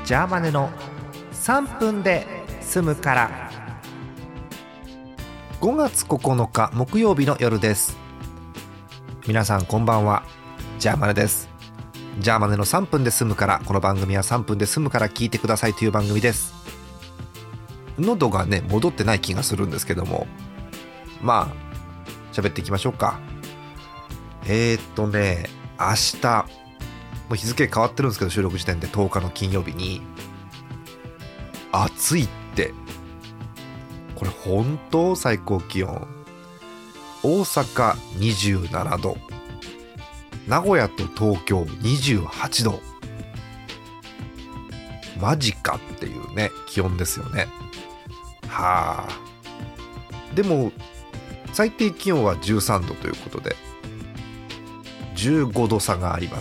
ジャーマネの3分で済むから。5月9日木曜日の夜です。皆さんこんばんは。ジャーマネです。ジャーマネの3分で済むから。この番組は3分で済むから聞いてくださいという番組です。喉がね戻ってない気がするんですけども、まあ喋っていきましょうか。明日もう日付変わってるんですけど、収録時点で10日の金曜日に暑いって、これ本当？最高気温大阪27度、名古屋と東京28度、マジかっていうね気温ですよね。はあ。でも最低気温は13度ということで15度差があります。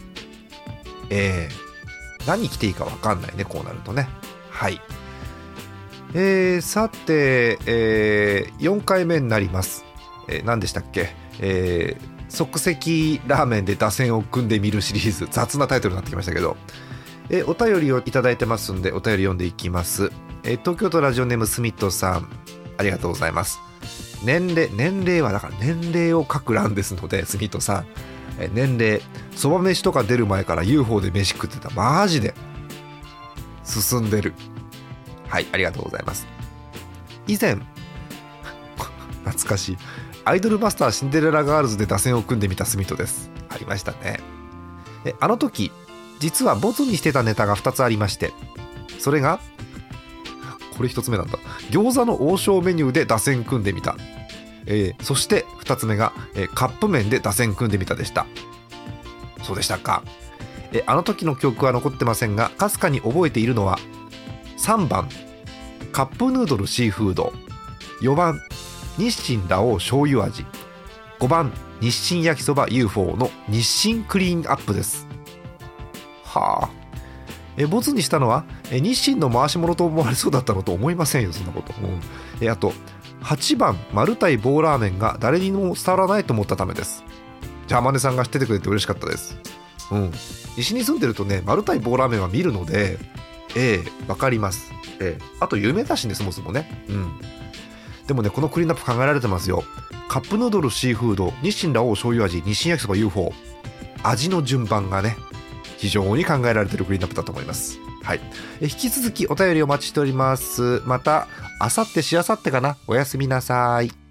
何着ていいか分かんないね、こうなるとね。はい。さて、4回目になります。何でしたっけ、即席ラーメンで打線を組んでみるシリーズ、雑なタイトルになってきましたけど、お便りをいただいてますんでお便り読んでいきます。東京都ラジオネームスミットさん、ありがとうございます。年齢はだから年齢を書く欄ですので、スミットさん、年齢、そば飯とか出る前から UFO で飯食ってた。マジで進んでる。はい、ありがとうございます。以前懐かしいアイドルマスターシンデレラガールズで打線を組んでみたスミットです。ありましたね。あの時実はボツにしてたネタが2つありまして、それがこれ1つ目なんだ、餃子の王将メニューで打線組んでみた。そして2つ目が、カップ麺で打線組んでみたでした。そうでしたか。あの時の記憶は残ってませんが、かすかに覚えているのは3番カップヌードルシーフード、4番日清ラオウ醤油味、5番日清焼きそば UFO の日清クリーンアップです。はあ。ボツにしたのは日清の回し物と思われそうだったのと思いませんよ、そんなこと。あと8番マルタイ棒ラーメンが誰にも伝わらないと思ったためです。ジャーマネさんが知っててくれて嬉しかったです。西に住んでるとね、マルタイ棒ラーメンは見るので、わかります。あと有名だしね、そもそもね。でもね、このクリーンアップ考えられてますよ。カップヌードルシーフード、日清ラオウ醤油味、日清焼きそば UFO、 味の順番がね非常に考えられてるクリーンアップだと思います。はい。引き続きお便りお待ちしております。また明後日しあさってかな。おやすみなさい。